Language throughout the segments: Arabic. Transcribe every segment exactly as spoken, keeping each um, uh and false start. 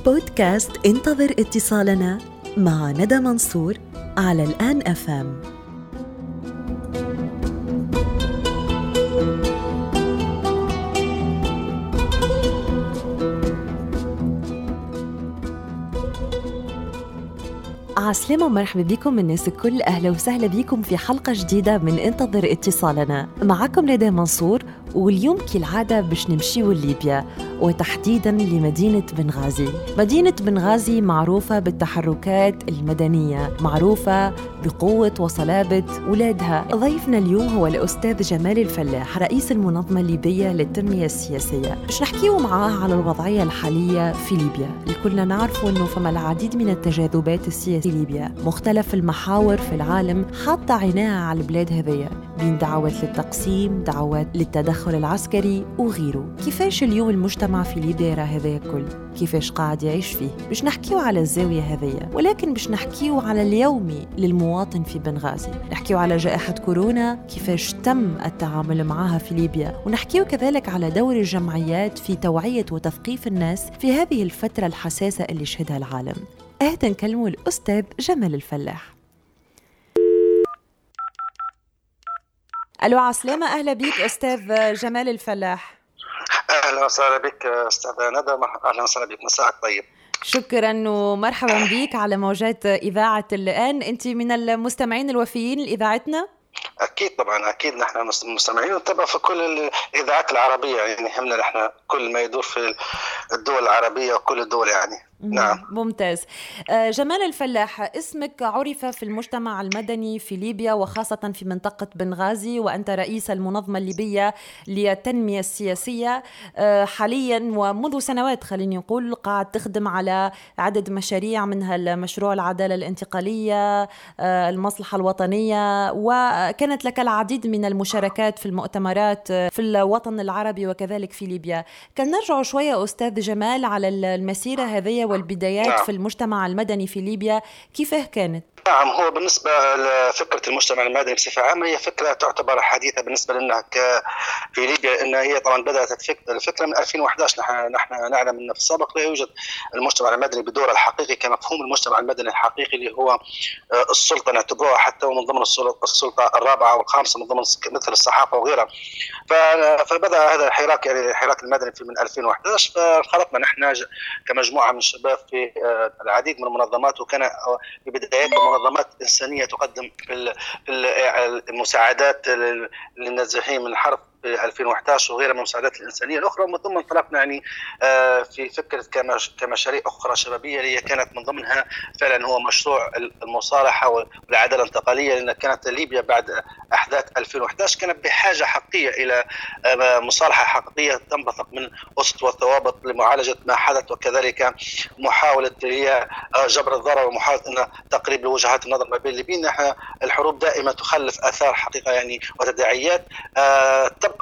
بودكاست انتظر اتصالنا مع ندى منصور على الآن أف أم. عسلامة ومرحبا بكم الناس الكل، أهلا وسهلا بكم في حلقة جديدة من انتظر اتصالنا. معكم ندى منصور، واليوم كالعادة باش نمشيو لليبيا وتحديداً لمدينة بنغازي. مدينة بنغازي معروفة بالتحركات المدنية، معروفة بقوة وصلابة ولادها. ضيفنا اليوم هو الأستاذ جمال الفلاح، رئيس المنظمة الليبية للتنمية السياسية. باش نحكيو معاه على الوضعية الحالية في ليبيا. الكلنا نعرفوا أنه فما العديد من التجاذبات السياسية في ليبيا، مختلف المحاور في العالم حاطة عيناها على البلاد هذية، بين دعوات للتقسيم، دعوات للتدخل العسكري وغيره. كيفاش اليوم المجتمع في ليبيا يرى هذا الكل؟ كيفاش قاعد يعيش فيه؟ باش نحكيو على الزاوية هذية، ولكن باش نحكيو على اليومي للمواطن في بنغازي. نحكيو على جائحة كورونا، كيفاش تم التعامل معها في ليبيا، ونحكيو كذلك على دور الجمعيات في توعية وتثقيف الناس في هذه الفترة الحساسة اللي شهدها العالم. اهلا نكلموا الأستاذ جمال الفلاح. ألو عسلامة، أهلا بيك أستاذ جمال الفلاح. أهلا وسهلا بك أستاذة ندى، أهلا وسهلا بك، مساءك طيب. شكرا ومرحبا بك على موجات إذاعة الآن. أنت من المستمعين الوفيين لإذاعتنا؟ أكيد طبعا، أكيد نحن مستمعين ونتابع في كل الإذاعات العربية، يعني يهمنا نحن كل ما يدور في الدول العربية وكل الدول يعني. نعم ممتاز. جمال الفلاح، اسمك عرف في المجتمع المدني في ليبيا وخاصة في منطقة بنغازي، وأنت رئيس المنظمة الليبية للتنمية السياسية حاليا ومنذ سنوات، خليني نقول قاعد تخدم على عدد مشاريع، منها المشروع العدالة الانتقالية، المصلحة الوطنية، وكانت لك العديد من المشاركات في المؤتمرات في الوطن العربي وكذلك في ليبيا. كان نرجع شوية أستاذ جمال على المسيرة هذه والبدايات نعم. في المجتمع المدني في ليبيا كيفاه كانت؟ نعم، هو بالنسبة لفكرة المجتمع المدني بصفة عامة هي فكرة تعتبر حديثة بالنسبة لنا في ليبيا، إن هي طبعا بدأت الفكرة من ألفين وإحدى عشر. نحن نحن نعلم أن في السابق لا يوجد المجتمع المدني بدوره الحقيقي كمفهوم المجتمع المدني الحقيقي اللي هو السلطة، نعتبروها حتى ومن ضمن السلطة الرابعة والخامسة من ضمن مثل الصحافة وغيرها. فبدأ هذا الحراك يعني الحراك المدني في من ألفين وإحدى عشر، فانخرطنا نحن كمجموعة من الشباب في العديد من المنظمات، وكان في بدايات منظمات إنسانية تقدم في المساعدات للنازحين من الحرب في ألفين وإحدى عشر وغيرها من المساعدات الإنسانية الأخرى. ومن ضمن انطلقنا يعني في فكرة كمشاريع أخرى شبابية اللي كانت من ضمنها فعلا هو مشروع المصالحة والعدالة الانتقالية، لأن كانت ليبيا بعد أحداث ألفين وإحدى عشر كانت بحاجة حقيقية إلى مصالحة حقيقية تنبثق من أسس والثوابت لمعالجة ما حدث، وكذلك محاولة هي جبر الضرر ومحاولة أن تقريب لوجهات النظر ما بين الليبيين. نحن الحروب دائما تخلف آثار حقيقة يعني وتداعيات تبقى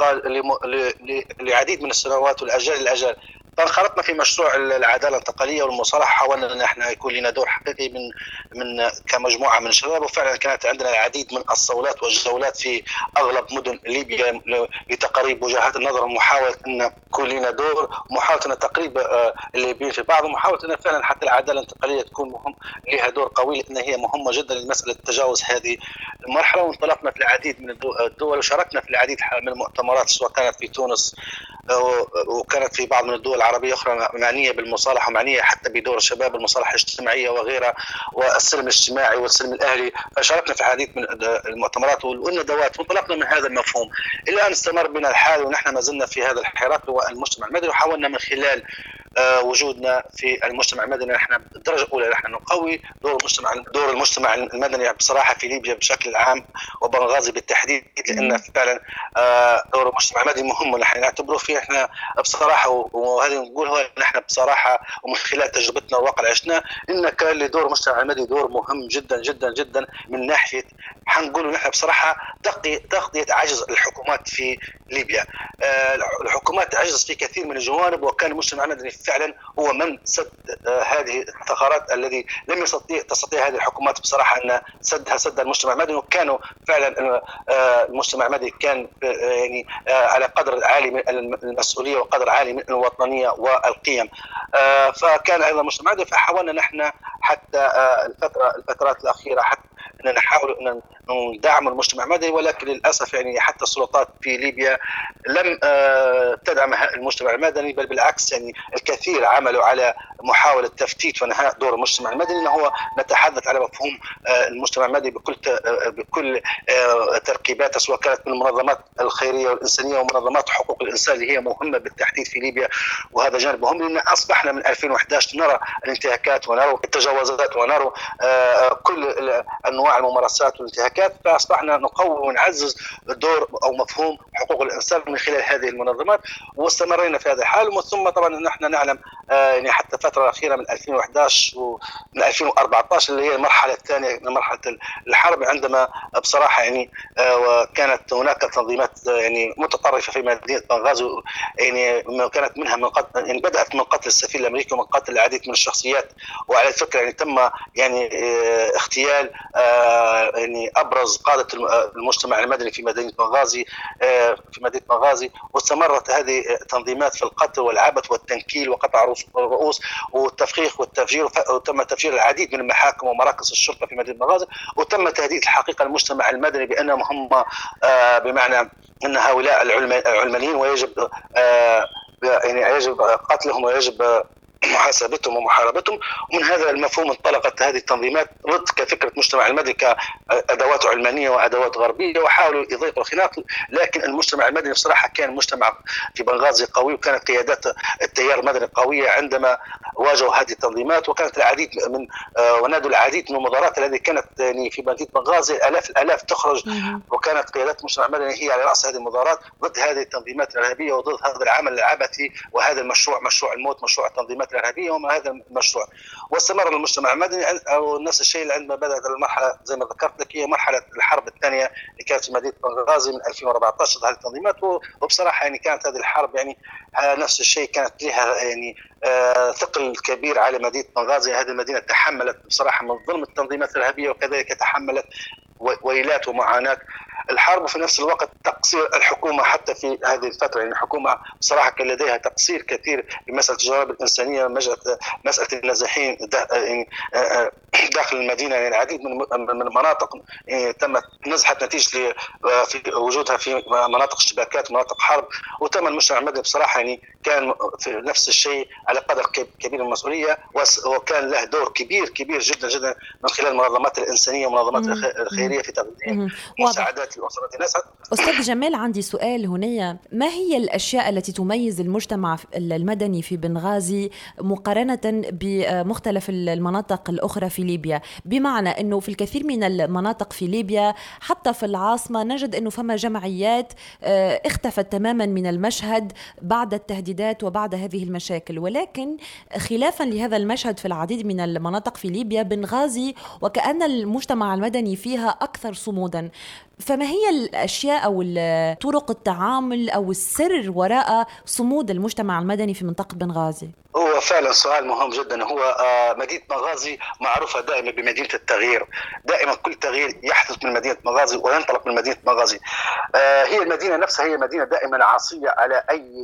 لعديد من السنوات والأجيال الأجيال. فانخرطنا في مشروع العدالة الانتقالية والمصالحة، حاولنا أن احنا يكون لنا دور حقيقي من من كمجموعة من الشباب، وفعلا كانت عندنا العديد من الصولات والجولات في أغلب مدن ليبيا لتقريب وجهات النظر ومحاولة أن يكون لنا دور، ومحاولة أن تقريب الليبيين في بعض، ومحاولة أن فعلا حتى العدالة الانتقالية تكون مهم لها دور قوي، لأن هي مهمة جدا لمسألة تجاوز هذه المرحلة. وانطلقنا في العديد من الدول وشاركنا في العديد من المؤتمرات، سواء كانت في تونس وكانت في بعض من الدول العربية أخرى معنية بالمصالحة ومعنية حتى بدور الشباب المصالحة الاجتماعية وغيرها والسلم الاجتماعي والسلم الأهلي. فشاركنا في العديد من المؤتمرات والندوات وانطلقنا من هذا المفهوم. إلى أن استمر بنا الحال ونحن ما زلنا في هذا الحراك والمجتمع المدني، وحاولنا من خلال وجودنا في المجتمع المدني نحن بالدرجة الأولى نحن نقوي دور المجتمع دور المجتمع المدني بصراحة في ليبيا بشكل عام وبنغازي بالتحديد، لأن فعلا دور المجتمع المدني مهم ونحن نعتبره فيه احنا بصراحة، وهذا نقول هو نحن بصراحة ومن خلال تجربتنا والواقع اللي عشناه إن كان لدور المجتمع المدني دور مهم جدا جدا جدا من ناحية حنقول نحن بصراحة تغطية عجز الحكومات في ليبيا. الحكومات عجزت في كثير من الجوانب، وكان المجتمع المدني فعلا هو من سد هذه الثغرات الذي لم يستطيع تستطيع هذه الحكومات بصراحه ان سدها سد المجتمع المدني. وكانوا فعلا المجتمع المدني كان يعني على قدر عالي من المسؤوليه وقدر عالي من الوطنيه والقيم. فكان ايضا المجتمع المدني، فحاولنا نحن حتى الفتره الفترات الاخيره حتى ان نحاول ان ندعم المجتمع المدني، ولكن للاسف يعني حتى السلطات في ليبيا لم تدعم المجتمع المدني، بل بالعكس يعني الكثير عملوا على محاوله تفتيت ونهاء دور المجتمع المدني. انه هو نتحدث على مفهوم المجتمع المدني بكل بكل تركيباته، سواء كانت من المنظمات الخيريه والانسانيه ومنظمات حقوق الانسان اللي هي مهمه بالتحديد في ليبيا. وهذا جانب مهم، لان اصبحنا من ألفين وأحد عشر نرى الانتهاكات ونرى التجاوزات ونرى كل انواع الممارسات والانتهاكات، فاصبحنا نقوي ونعزز دور او مفهوم حقوق الانسان من خلال هذه المنظمات، واستمرينا في هذا الحال. ومن ثم طبعا نحن نعلم يعني حتى الفتره الاخيره من ألفين وأحد عشر ومن ألفين وأربعة عشر اللي هي المرحله الثانيه من مرحله الحرب، عندما بصراحه يعني كانت هناك تنظيمات يعني متطرفه في مدينه بنغازي، يعني كانت منها من قتل يعني بدات من قتل السفير الامريكي ومن قتل العديد من الشخصيات. وعلى فكره يعني تم يعني اغتيال يعني ابرز قاده المجتمع المدني في مدينه بنغازي في مدينه بنغازي واستمرت هذه التنظيمات في القتل والعبث والتنكيل وقطع الرؤوس والتفخيخ والتفجير، وتم تفجير العديد من المحاكم ومراكز الشرطه في مدينه بنغازي، وتم تهديد الحقيقه المجتمع المدني بانهم هم بمعنى ان هؤلاء العلمانيين ويجب يعني يجب قتلهم ويجب محاسبتهم ومحاربتهم. ومن هذا المفهوم انطلقت هذه التنظيمات ضد كفكره مجتمع المدني كادوات علمانيه وادوات غربيه، وحاولوا يضيقوا الخناق. لكن المجتمع المدني بصراحه كان مجتمع في بنغازي قوي، وكانت قيادات التيار المدني قويه عندما واجهوا هذه التنظيمات، وكانت العديد من ونادوا العديد من المظاهرات التي كانت يعني في مدينه بنغازي الاف الالاف تخرج، وكانت قيادات المجتمع المدني هي على راس هذه المظاهرات ضد هذه التنظيمات الارهابيه وضد هذا العمل العبثي وهذا المشروع مشروع الموت مشروع التنظيمات الارهابيه وما هذا المشروع. واستمر المجتمع المدني او نفس الشيء عندما بدات المرحله زي ما ذكرت لك هي مرحله الحرب الثانيه اللي كانت في مدينه بنغازي من ألفين وأربعة عشر ضد هذه التنظيمات. وبصراحه يعني كانت هذه الحرب يعني نفس الشيء كانت لها يعني آه ثقل كبير على مدينه بنغازي. هذه المدينه تحملت بصراحه من ظلم التنظيمات الارهابيه، وكذلك تحملت ويلات ومعاناه الحرب، وفي نفس الوقت تقصير الحكومه حتى في هذه الفتره. يعني الحكومه بصراحه كان لديها تقصير كثير في مساله الجرائم الانسانيه، مساله النازحين داخل المدينه. يعني العديد من من المناطق يعني تم نزحت نتيجه في وجودها في مناطق اشتباكات ومناطق حرب، وتم المجتمع المدني بصراحه يعني كان في نفس الشيء على قدر كبير من المسؤوليه، وكان له دور كبير كبير جدا جدا من خلال المنظمات الانسانيه والمنظمات الخيريه في تقديم مساعدات لاسره الناس. أستاذ جمال، عندي سؤال هنا، ما هي الأشياء التي تميز المجتمع المدني في بنغازي مقارنة بمختلف المناطق الأخرى في ليبيا؟ بمعنى أنه في الكثير من المناطق في ليبيا حتى في العاصمة نجد أنه فما جمعيات اختفت تماما من المشهد بعد التهديدات وبعد هذه المشاكل، ولكن خلافا لهذا المشهد في العديد من المناطق في ليبيا بنغازي وكأن المجتمع المدني فيها أكثر صمودا. فما هي الأشياء أو طرق التعامل أو السر وراء صمود المجتمع المدني في منطقة بنغازي؟ هو فعلا سؤال مهم جدا. هو مدينة بنغازي معروفة دائما بمدينة التغيير، دائما كل تغيير يحدث من مدينة بنغازي وينطلق من مدينة بنغازي. هي المدينة نفسها هي مدينة دائما عاصية على أي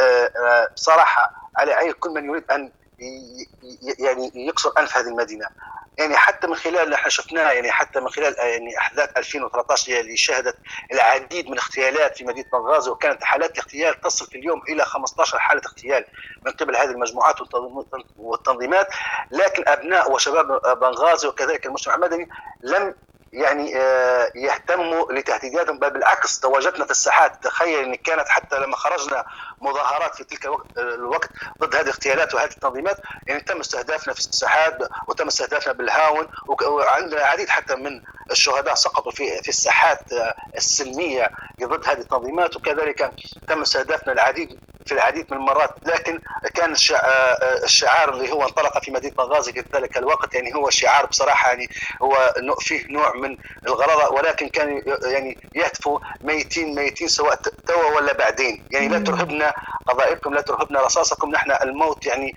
بصراحة على أي كل من يريد أن يعني يكسر أنف هذه المدينة. يعني حتى من خلال اللي احنا شفناه، يعني حتى من خلال يعني احداث ألفين وثلاثة عشر اللي شهدت العديد من اغتيالات في مدينه بنغازي، وكانت حالات اغتيال تصل في اليوم الى خمسة عشر حاله اغتيال من قبل هذه المجموعات والتنظيمات. لكن ابناء وشباب بنغازي وكذلك المجتمع المدني لم يعني يهتموا لتهديداتهم، بل بالعكس تواجدنا في الساحات. تخيل ان كانت حتى لما خرجنا مظاهرات في تلك الوقت ضد هذه الاغتيالات وهذه التنظيمات، يعني تم استهدافنا في الساحات وتم استهدافنا بالهاون، وعندنا العديد حتى من الشهداء سقطوا في في الساحات السلميه ضد هذه التنظيمات، وكذلك تم استهدافنا العديد في العديد من المرات، لكن كان الشعار اللي هو انطلق في مدينة بنغازي في ذلك الوقت يعني هو شعار بصراحة يعني هو فيه نوع من الغرابة، ولكن كان يعني يهتفوا ميتين ميتين سواء توا ولا بعدين، يعني لا ترهبنا قضائبكم، لا ترهبنا رصاصكم، نحن الموت يعني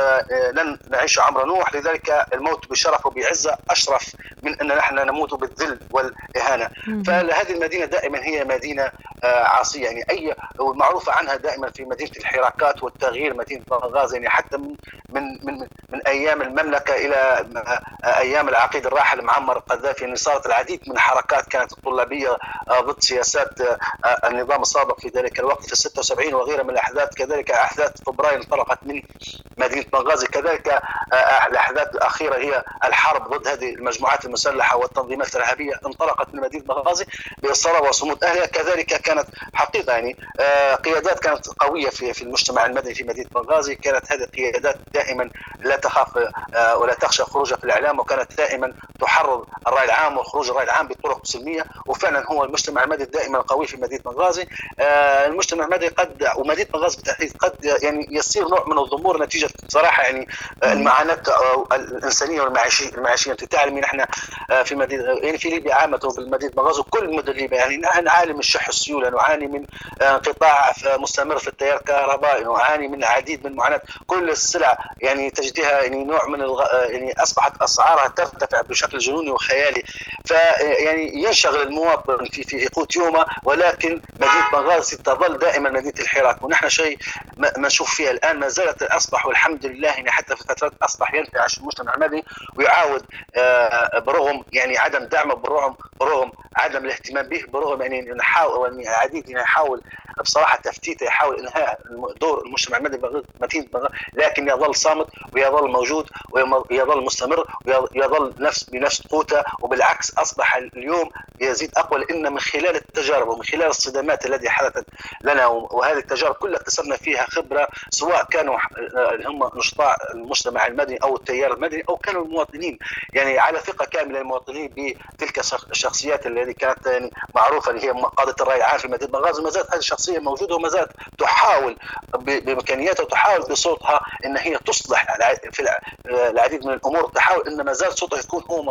لن نعيش عمر نوح، لذلك الموت بشرف وبعزة أشرف من أن نحن نموت بالذل والإهانة. فهذه المدينة دائما هي مدينة عاصية، يعني أي معروفة عنها دائما في مدينة الحراكات والتغيير، مدينة بنغازي يعني حتى من من من, من أيام المملكة إلى أيام العقيد الراحل معمر القذافي، يعني صارت العديد من حركات كانت الطلابية ضد سياسات النظام السابق في ذلك الوقت في ستة وسبعين وغيرها من الأحداث، كذلك أحداث فبراير انطلقت من مدينة بنغازي، كذلك الأحداث الأخيرة هي الحرب ضد هذه المجموعات المسلحة والتنظيمات الإرهابية انطلقت من مدينة بنغازي بإصرار وصمود أهلها، كذلك كانت حقيقة يعني قيادات كانت قوية في في المجتمع المدني في مدينة بنغازي، كانت هذه القيادات دائما لا تخاف ولا تخشى خروجها في الإعلام، وكانت دائما تحرض الرأي العام وخروج الرأي العام بطرق سلمية، وفعلا هو المجتمع المدني دائما قوي في مدينة بنغازي. المجتمع المدني قد ومدينة بنغازي بالتحديد قد يعني يصير نوع من الضمور نتيجة صراحة يعني المعاناة الإنسانية والمعيشية المعيشية. أنت تعلمين احنا في مدينة يعني في ليبيا عامة وبالمدينة بنغازي وكل مدن ليبيا يعني نعاني من شح السيولة، نعاني من انقطاع مستمر في التيار الكهربائي، نعاني من العديد من معاناة كل السلع يعني تجدها يعني نوع من الغ... يعني أصبحت أسعارها ترتفع بشكل جنوني وخيالي، فيعني ينشغل المواطن في في قوت يومه، ولكن مدينة بنغازي تظل دائما مدينة الحراك، ونحن شيء ما نشوف فيها الآن ما زالت أصبح والحمد لله يعني حتى في فترات أصبح ينتعش المجتمع المدني ويعاود برغم يعني عدم دعمه، برغم برغم عدم الاهتمام به، برغم يعني نحاول يعني العديد يعني يحاول بصراحة تفتيته، يحاول إنهاء دور المجتمع المدني مدينة بنغازي، لكن يظل صامت ويظل موجود ويظل مستمر ويظل نفس بنفس قوته، وبالعكس أصبح اليوم يزيد أقوى، لأن من خلال التجارب ومن خلال الصدمات التي حدثت لنا وهذه التجارب كلها اكتسبنا فيها خبرة، سواء كانوا هم نشطاء المجتمع المدني أو التيار المدني أو كانوا المواطنين، يعني على ثقة كاملة المواطنين بتلك الشخصيات التي كانت يعني معروفة اللي هي قادة الرأي العام في مدينة بنغازي، وما زالت هذه الشخصية موجودة وما زالت تحاول بإمكانياتها وتحاول بصوتها إن هي تصلح في العديد من الأمور، تحاول إن ما زال صوتها يكون هو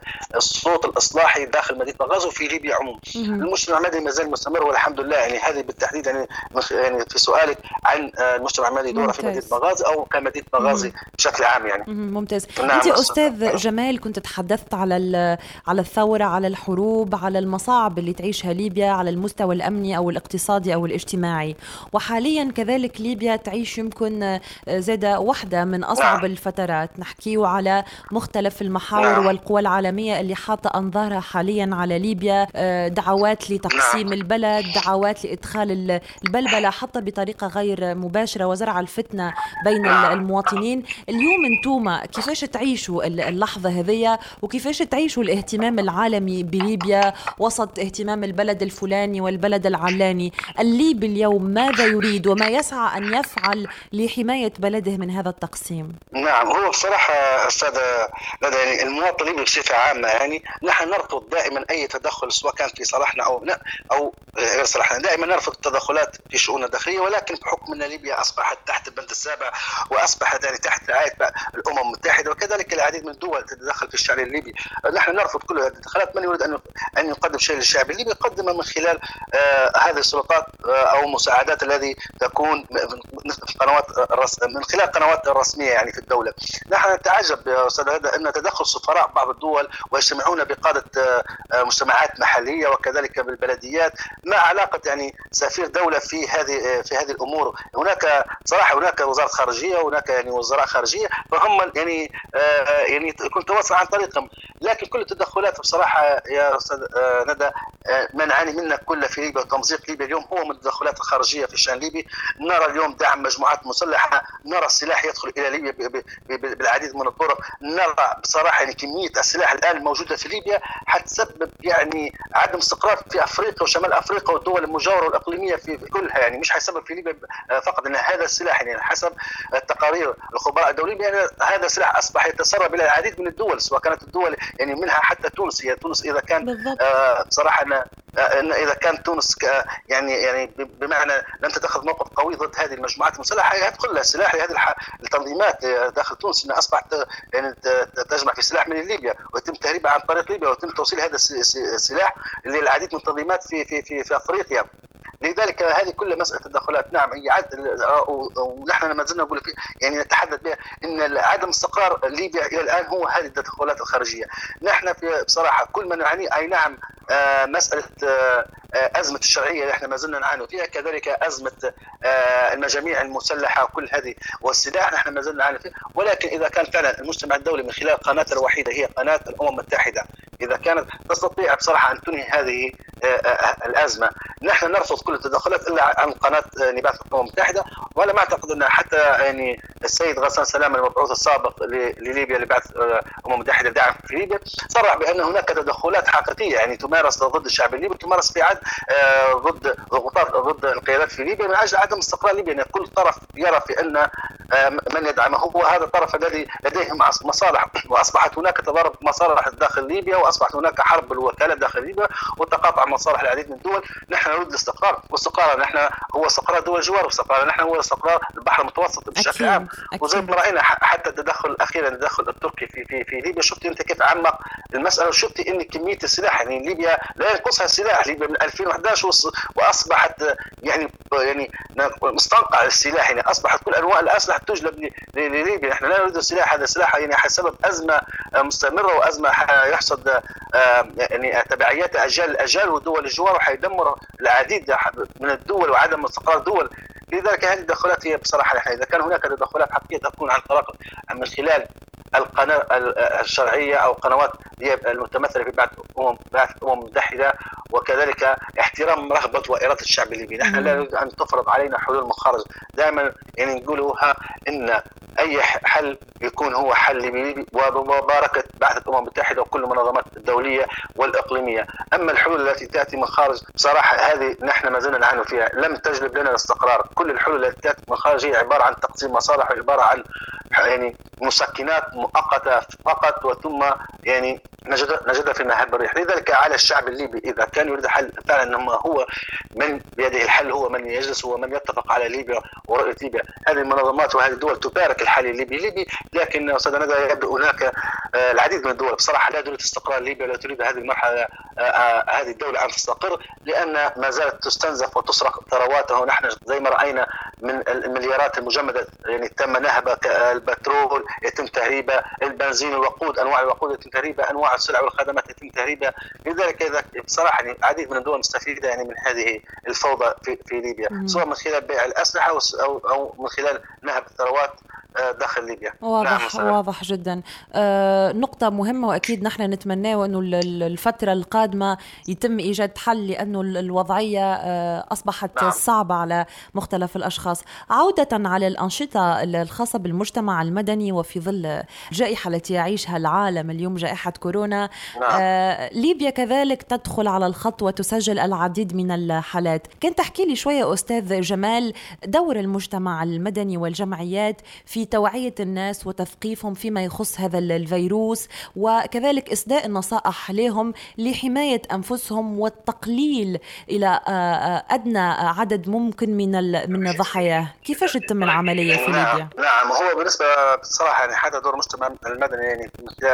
الصوت الإصلاحي داخل مدينة بنغازي وفي ليبيا عموما. المجتمع المدني ما زال مستمر والحمد لله، يعني هذه بالتحديد يعني يعني في سؤالك عن المجتمع المدني دوره في مدينة بنغازي أو كمدينة بنغازي بشكل عام يعني. ممتاز. نعم. أنت أستاذ جمال كنت تحدثت على على الثورة، على الحروب، على المصاعب اللي تعيشها ليبيا على المستوى الأمني أو الاقتصادي أو الاجتماعي، وحاليا كذلك ليبيا تعيش يمكن زادة واحدة من أصعب نعم. الفترات، نحكيه على مختلف المحاور نعم. والقوى العالمية اللي حاطة أنظارها حاليا على ليبيا، دعوات لتقسيم نعم. البلد، دعوات لإدخال البلبلة حتى بطريقة غير مباشرة وزرع الفتنة بين نعم. المواطنين. اليوم انتوما كيفاش تعيشوا اللحظة هذه وكيفاش تعيشوا الاهتمام العالمي بليبيا وسط اهتمام البلد الفلاني والبلد العلاني؟ الليبي اليوم ماذا يريد وما يسعى أن يفعل لحماية بلده من هذا التقسيم؟ نعم، هو بصراحة أستاذ يعني المواطن الليبي بصفة عامة يعني نحن نرفض دائما أي تدخل سواء كان في صالحنا أو أو غير صالحنا، دائما نرفض التدخلات في شؤون الداخلية، ولكن بحكم أن ليبيا أصبحت تحت البند السابع وأصبحت يعني تحت رعاية الأمم المتحدة وكذلك العديد من الدول تتدخل في الشأن الليبي، نحن نرفض كل هذه التدخلات. من يريد أن أن يقدم شيء للشعب الليبي يقدمه من خلال آه هذه السلطات آه أو مساعدات الذي تكون في قنوات الرس... من خلال القنوات الرسمية يعني في الدولة. نحن نتعجب يا أستاذ هذا أن تدخل سفراء بعض الدول ويجتمعون بقادة آه مجتمعات محلية وكذلك بالبلديات، ما علاقة يعني سفير دولة في هذه في هذه الأمور؟ هناك صراحة هناك وزارة خارجية وهناك يعني وزراء خارجية فهم يعني آه يعني كنت أتواصل عن طريقهم، لكن كل التدخلات بصراحة يا أستاذ آه ندى آه ما نعاني منه كله في ليبيا وتمزيق ليبيا اليوم هو من التدخلات الخارجية في الشأن الليبي. نرى اليوم دعم مجموعات مسلحة، نرى السلاح يدخل إلى ليبيا بالعديد من الطرق، نرى بصراحة يعني كمية السلاح الآن الموجودة في ليبيا حتسبب يعني عدم استقرار في أفريقيا وشمال أفريقيا والدول المجاورة والإقليمية في كلها، يعني مش حيسبب في ليبيا فقط أن هذا السلاح يعني حسب التقارير الخبراء الدوليين يعني هذا السلاح أصبح يتسرب إلى العديد من الدول سواء كانت الدول يعني منها حتى تونس. هي تونس إذا كان آه بصراحة أنا ان اذا كانت تونس يعني يعني بمعنى لم تتخذ موقف قوي ضد هذه المجموعات المسلحه يدخل لها سلاح لهذه التنظيمات داخل تونس، انها اصبحت يعني تجمع في سلاح من ليبيا ويتم تهريبها عن طريق ليبيا ويتم توصيل هذا السلاح للعديد من التنظيمات في في في, في افريقيا. لذلك هذه كل مساله تدخلات نعم هي عد، ونحن ما زلنا نقول يعني نتحدث بها ان عدم استقرار ليبيا الى الان هو هذه التدخلات الخارجيه. نحن في بصراحه كل ما نعاني اي نعم آه مساله آه ازمه الشرعيه اللي احنا ما زلنا نعاني فيها، كذلك ازمه آه المجاميع المسلحه وكل هذه والسلاح نحن ما زلنا نعاني فيها، ولكن اذا كان فعلا المجتمع الدولي من خلال قناته الوحيده هي قناه الامم المتحده اذا كانت تستطيع بصراحه ان تنهي هذه آه آه الازمه، نحن نرفض كل التدخلات الا عن قناه نبات الامم المتحده. وانا ما اعتقد ان حتى يعني السيد غسان سلامه المبعوث السابق لليبيا اللي بعث الامم المتحده دعم في ليبيا صرح بان هناك تدخلات حقيقيه يعني تمارس ضد الشعب الليبي، تمارس في عد ضد ضغوطات ضد القيادات في ليبيا من اجل عدم استقرار ليبيا. يعني كل طرف يرى في ان من يدعمه هو هذا الطرف الذي لديه مصالح، واصبحت هناك تضارب مصالح داخل ليبيا، واصبحت هناك حرب بالوكاله داخل ليبيا وتقاطع مصالح العديد من الدول. نحن نريد الاستقرار، واستقرار نحن هو استقرار دول الجوار، واستقرار نحن هو استقرار البحر المتوسط بشكل عام. وزي ما راينا حتى التدخل الاخير التدخل التركي في في في ليبيا، شفتي انت كيف عمق المساله، وشفتي ان كميه السلاح يعني ليبيا لا ينقصها السلاح. ليبيا من ألفين وأحد عشر واصبحت يعني يعني مستنقع السلاح، يعني اصبحت كل انواع الاسلحه تجلب لليبيا. نحن لا نريد السلاح، هذا السلاح يعني حسب ازمه مستمره وازمه يحصد يعني تبعيات اجيال الاجيال ودول الجوار، وحيدمر العديد من الدول وعدم استقرار دول. لذلك هذه التدخلات هي بصراحه نحن اذا كان هناك تدخلات حقيقيه تكون عن طريق من خلال القناه الشرعيه او قنوات المتمثله في بعث امم بعث الامم المتحده، وكذلك احترام رغبه واراده الشعب الليبي. نحن لا نريد ان تفرض علينا حلول من خارج، دائما يعني نقولها ان اي حل يكون هو حل ليبي وبمباركه بعث الامم المتحده وكل المنظمات الدوليه والاقليميه. اما الحلول التي تاتي من خارج بصراحه هذه نحن ما زلنا نعاني فيها، لم تجلب لنا الاستقرار. كل الحلول التي تاتي من خارج هي عباره عن تقسيم مصالح وعباره عن يعني مسكنات مؤقته فقط، وثم يعني نجد نجدها في مهب الريح. لذلك على الشعب الليبي اذا كان يريد حل فعلا هو من بيده الحل، هو من يجلس، هو من يتفق على ليبيا ورؤيه ليبيا. هذه المنظمات وهذه الدول تبارك الحل الليبي ليبي، لكن استاذ ندى يبدو هناك العديد من الدول بصراحه لا تريد استقرار ليبيا، لا تريد هذه المرحله هذه الدوله ان تستقر، لان ما زالت تستنزف وتسرق ثرواتها. ونحن زي ما راينا من المليارات المجمده يعني تم نهبها، البترول يتم تهريبه، البنزين، الوقود، انواع الوقود يتم تهريبه، انواع السلع والخدمات يتم تهريبه. لذلك اذا بصراحه يعني العديد من الدول مستفيده يعني من هذه الفوضى في في ليبيا، سواء من خلال بيع الاسلحه او او من خلال نهب الثروات داخل ليبيا. واضح نعم واضح جدا. آه نقطة مهمة، وأكيد نحن نتمناه أنه الفترة القادمة يتم إيجاد حل، لأنه الوضعية آه أصبحت نعم. صعبة على مختلف الأشخاص. عودة على الأنشطة الخاصة بالمجتمع المدني وفي ظل الجائحة التي يعيشها العالم اليوم، جائحة كورونا، نعم. آه ليبيا كذلك تدخل على الخط وتسجل العديد من الحالات. كنت تحكي لي شوية أستاذ جمال دور المجتمع المدني والجمعيات في توعية الناس وتثقيفهم فيما يخص هذا الفيروس، وكذلك إسداء النصائح لهم لحماية أنفسهم والتقليل إلى أدنى عدد ممكن من من الضحايا. كيفاش تتم العملية في ليبيا؟ نعم هو بالنسبة بصراحة يعني حتى دور المجتمع المدني يعني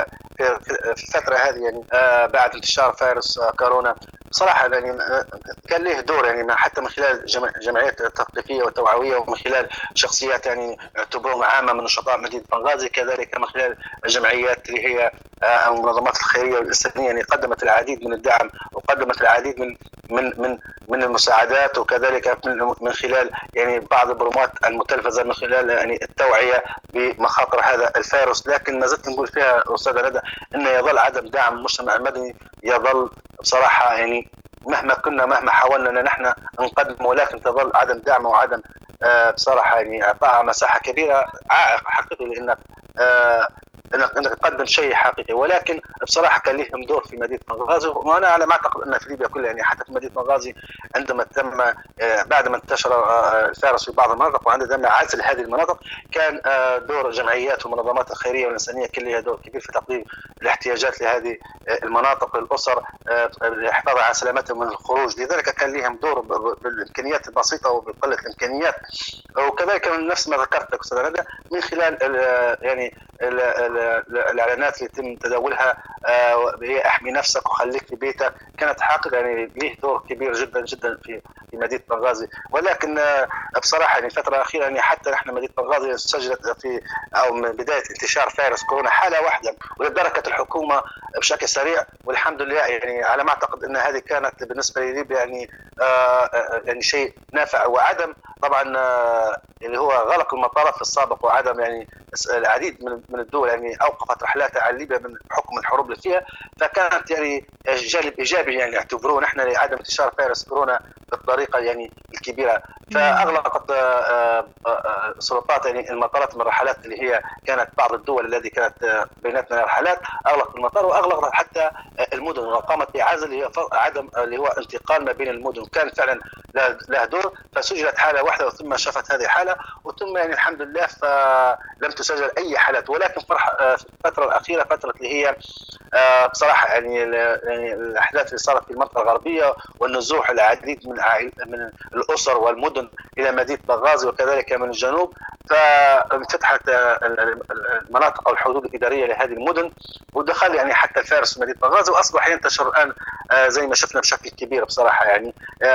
في الفترة هذه يعني بعد انتشار فيروس كورونا بصراحة يعني كان له دور يعني حتى من خلال جمعيات تثقيفية وتوعوية، ومن خلال شخصيات يعني اعتبروهم عامة من نشطاء مدينة بنغازي، كذلك من خلال الجمعيات اللي هي المنظمات الخيرية والإسلامية يعني قدمت العديد من الدعم وقدمت العديد من من من من المساعدات، وكذلك من خلال يعني بعض البرومات المتلفزة من خلال يعني التوعية بمخاطر هذا الفيروس. لكن ما زلت نقول فيها أستاذ ندى أن يظل عدم دعم المجتمع المدني، يظل بصراحة يعني مهما كنا مهما حاولنا ان نحن نقدم، ولكن تظل عدم دعم وعدم آه بصراحه يعني اعطاها مساحه كبيره عائق حقيقي، لانك آه انك يقدم شيء حقيقي، ولكن بصراحه كان لهم دور في مدينه بنغازي. وانا على ما اعتقد ان في ليبيا كلها يعني حتى في مدينه بنغازي عندما تم بعد ما انتشر الفيروس في بعض المناطق وعندما عزل هذه المناطق كان دور جمعيات والمنظمات الخيريه والانسانيه كلها دور كبير في تقديم الاحتياجات لهذه المناطق للاسر للحفاظ على سلامتهم من الخروج. لذلك كان لهم دور بالامكانيات البسيطه وبقله الامكانيات، وكذلك من نفس ما ذكرت لك استاذ ندى من خلال يعني ال ال الاعلانات اللي يتم تداولها هي احمي نفسك وخليك في بيتك، كانت حقيقه يعني له دور كبير جدا جدا في في مدينه بنغازي. ولكن بصراحه يعني الفتره الاخيره يعني حتى نحن مدينه بنغازي سجلت في او من بدايه انتشار فيروس كورونا حاله واحده، ولدرجه الحكومه بشكل سريع والحمد لله يعني على ما اعتقد ان هذه كانت بالنسبه لليبيا يعني آه يعني شيء نافع وعدم طبعا آه اللي هو غلق المطارات في السابق وعدم يعني العديد من من الدول يعني اوقفت رحلاتها عن ليبيا من حكم الحروب اللي فيها، فكانت يعني جانب ايجابي يعني يعتبروه نحن لعدم انتشار فيروس كورونا بالطريقه يعني الكبيره. فاغلقت السلطات يعني المطارات من الرحلات اللي هي كانت بعض الدول التي كانت بيناتنا رحلات اغلقت المطار واغلقت حتى المدن وقامت بعزل عدم اللي هو انتقال ما بين المدن، كان فعلا لها دور. فسجلت حاله واحده وثم شافت هذه الحاله وثم يعني الحمد لله فلم تسجل اي حالات. ولكن في الفتره الاخيره فتره اللي هي بصراحه يعني الاحداث اللي صارت في المنطقه الغربيه والنزوح العديد من من الاسر والمدن الى مدينه بنغازي وكذلك من الجنوب، فانفتحت المناطق او الحدود الاداريه لهذه المدن ودخل يعني حتى الفيروس في مدينه بنغازي واصبح ينتشر الان زي ما شفنا بشكل كبير بصراحه يعني.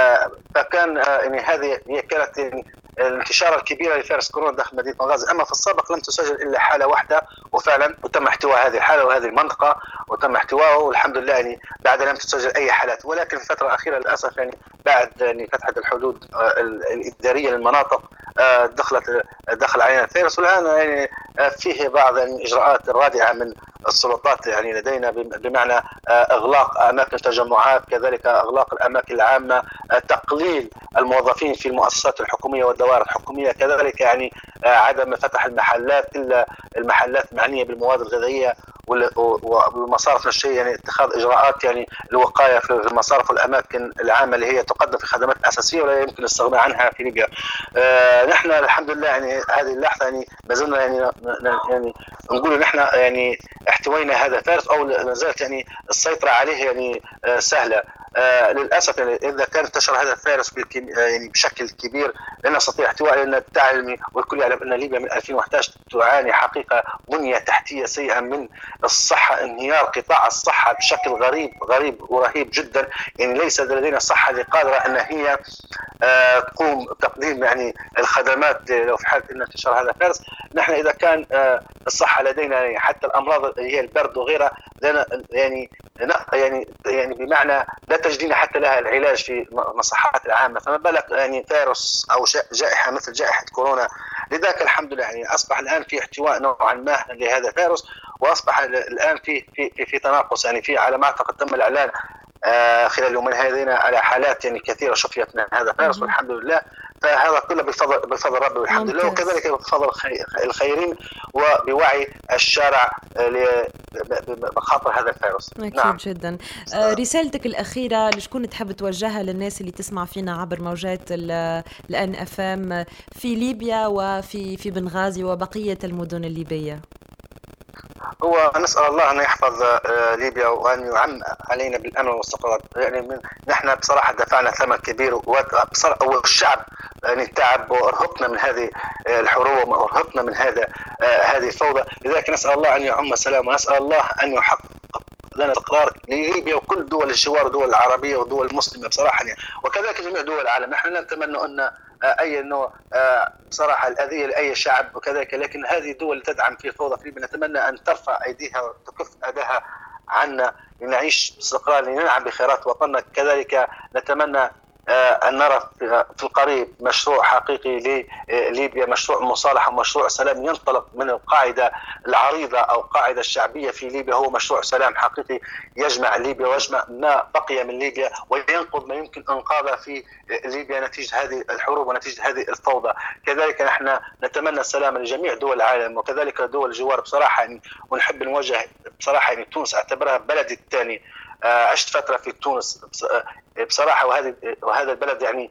فكان يعني هذه هي كانت يعني الانتشار الكبير لفيروس كورونا داخل مدينه بنغازي. اما في السابق لم تسجل الا حاله واحده وفعلا وتم احتواء هذه الحاله وهذه المنطقه وتم احتوائه والحمد لله يعني بعد لم تسجل اي حالات. ولكن في الفتره الاخيره للاسف يعني بعد يعني فتحت الحدود الاداريه للمناطق دخلت دخل علينا الفيروس، والان يعني فيه بعض الاجراءات الرادعه من السلطات يعني لدينا بمعنى اغلاق اماكن التجمعات كذلك اغلاق الاماكن العامه، تقليل الموظفين في المؤسسات الحكوميه والدوائر الحكوميه، كذلك يعني عدم فتح المحلات الا المحلات المعنيه بالمواد الغذائيه والمصارف نفس الشيء، يعني اتخاذ اجراءات يعني الوقايه في المصارف والاماكن العامه اللي هي تقدم في خدمات اساسيه ولا يمكن الاستغناء عنها في ليبيا. آه نحن الحمد لله يعني هذه اللحظه يعني ما زلنا يعني يعني نقول نحن يعني احتوينا هذا الفيروس او ما زالت يعني السيطره عليه يعني آه سهله. آه للاسف يعني اذا كان انتشر هذا الفيروس يعني بشكل كبير لن نستطيع احتواء، لان تعلم والكل يعلم ان ليبيا من ألفين وأحد عشر تعاني حقيقه بنيه تحتيه سيئه من الصحه، انهيار قطاع الصحه بشكل غريب غريب ورهيب جدا، يعني ليس لدينا الصحه اللي قادره ان هي آه تقوم بتقديم يعني الخدمات لو في حاله ان انتشار هذا الفيروس. نحن اذا كان آه الصحه لدينا يعني حتى الامراض اللي هي البرد وغيرها لنا يعني يعني يعني بمعنى لا تجد لنا حتى لها العلاج في المصحات العامه، فما بالك يعني فيروس او جائحه مثل جائحه كورونا. لذلك الحمد لله يعني اصبح الان في احتواء نوعا ما لهذا الفيروس، واصبح الان في في في, في تناقص يعني في على ما اعتقد تم الاعلان آه خلال اليومين هذين على حالات يعني كثيره شفيت من هذا الفيروس والحمد لله. فهذا كله بفضل بفضل ربي والحمد لله، وكذلك بفضل الخيرين وبوعي الشارع بخاطر هذا الفيروس. أكيد نعم. جدا. رسالتك الأخيرة لشكون تحب توجهها للناس اللي تسمع فينا عبر موجات الآن أف أم في ليبيا وفي في بنغازي وبقية المدن الليبية؟ هو نسأل الله أن يحفظ ليبيا وأن يعم علينا بالأمن والاستقرار. يعني من نحن بصراحة دفعنا ثمن كبير والشعب يعني تعب وأرهقنا من هذه الحروب وأرهقنا من هذا هذه الفوضى. لذلك نسأل الله أن يعم السلام ونسأل الله أن يحقق لنا استقرار لليبيا وكل دول الجوار والدول العربية والدول المسلمة بصراحة يعني، وكذلك جميع دول العالم. نحن لا نتمنى أن أي نوع بصراحة الأذية لأي شعب وكذلك، لكن هذه الدول تدعم في الفوضى في ليبيا نتمنى أن ترفع أيديها وتكف أداها عنا لنعيش باستقرار لننعم بخيرات وطننا. كذلك نتمنى أن نرى في القريب مشروع حقيقي لليبيا، مشروع مصالحة ومشروع سلام ينطلق من القاعدة العريضة أو قاعدة الشعبية في ليبيا، هو مشروع سلام حقيقي يجمع ليبيا ويجمع ما بقي من ليبيا وينقذ ما يمكن إنقاذه في ليبيا نتيجة هذه الحروب ونتيجة هذه الفوضى. كذلك نحن نتمنى السلام لجميع دول العالم وكذلك دول الجوار بصراحة يعني، ونحب نوجه بصراحة يعني تونس أعتبرها بلدي الثاني. عشت فترة في تونس بصراحة، وهذا وهذا البلد يعني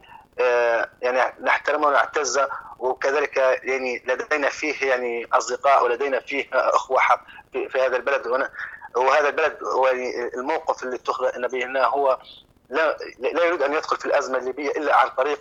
يعني نحترمه ونعتزه، وكذلك يعني لدينا فيه يعني أصدقاء ولدينا فيه أخوة في, في هذا البلد. وهذا البلد الموقف اللي اتخذ به هنا هو لا, لا يريد أن يدخل في الأزمة الليبية إلا عن طريق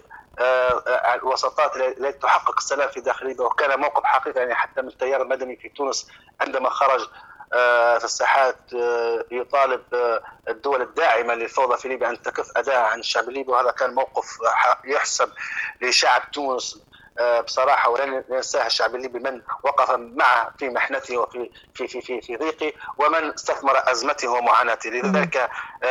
الوساطات التي تحقق السلام في داخل ليبيا. وكان موقف حقيقي يعني حتى من التيار المدني في تونس عندما خرج في الساحات يطالب الدول الداعمة للفوضى في ليبيا أن تكف أداء عن الشعب الليبي، وهذا كان موقف يحسب لشعب تونس بصراحة، ولن ينساه الشعب الليبي من وقف معه في محنته وفي في في في في ضيقه، ومن استثمر أزمته ومعاناته. لذلك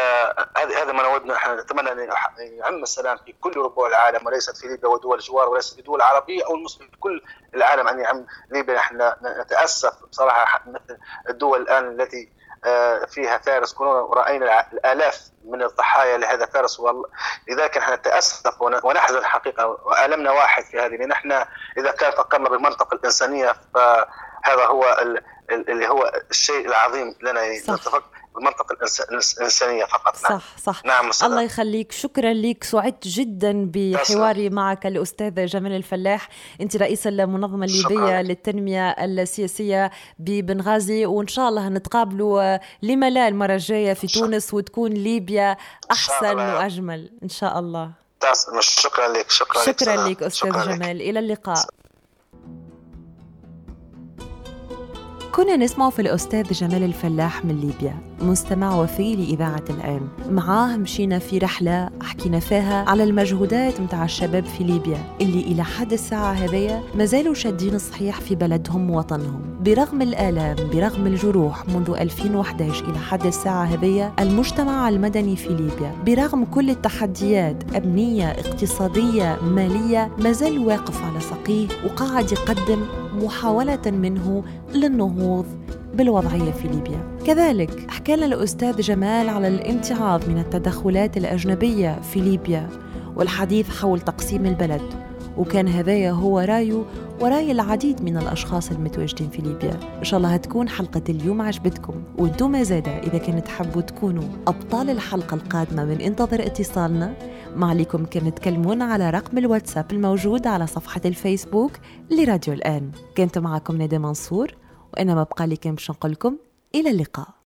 هذا هذا ما نودنا، نحن نتمنى أن يعم السلام في كل ربوع العالم وليست في ليبيا ودول الجوار وليست في دول عربية أو المسلمين، في كل العالم أن يعم ليبيا. نحن نتأسف بصراحة مثل الدول الآن التي فيها فارس، كنا رأينا الآلاف من الضحايا لهذا فارس، لذلك نحن نتأسف ونحزن حقيقة، وألمنا واحد في هذه. نحن إذا كان فكرنا بالمنطقة الإنسانية فهذا هو اللي هو الشيء العظيم لنا، نتفكر بالمنطقة الإنسانية فقط. صح نعم. صح نعم. الله يخليك، شكرا لك، سعدت جدا بحواري معك الأستاذ جمال الفلاح. أنت رئيس المنظمة الليبية للتنمية السياسية ببنغازي، وإن شاء الله نتقابلوا لما لا المرة الجاية في تونس وتكون ليبيا أحسن وأجمل إن شاء الله. شكرا لك. شكرا, شكرا لك أستاذ شكرا جمال لك. إلى اللقاء. كنا نسمع في الأستاذ جمال الفلاح من ليبيا، مستمع وفي لإذاعة الآن. معاه مشينا في رحلة حكينا فيها على المجهودات متاع الشباب في ليبيا اللي إلى حد الساعة هذية مازالوا شادين الصحيح في بلدهم ووطنهم برغم الآلام، برغم الجروح. منذ ألفين وإحدى عشر إلى حد الساعة هذية المجتمع المدني في ليبيا برغم كل التحديات أمنية اقتصادية مالية مازال واقف على ساقيه وقاعد يقدم محاولة منه للنهوض بالوضعية في ليبيا. كذلك حكى لنا الأستاذ جمال على الامتعاض من التدخلات الأجنبية في ليبيا والحديث حول تقسيم البلد، وكان هذايا هو رايه وراي العديد من الأشخاص المتواجدين في ليبيا. إن شاء الله هتكون حلقة اليوم عجبتكم، وانتم زادة إذا كانت تحبوا تكونوا أبطال الحلقة القادمة من انتظر اتصالنا. ما عليكم كان تكلمونا على رقم الواتساب الموجود على صفحة الفيسبوك لراديو الآن. كنت معكم ندى منصور، وأنا ما بقى لي كان باش نقول لكم إلى اللقاء.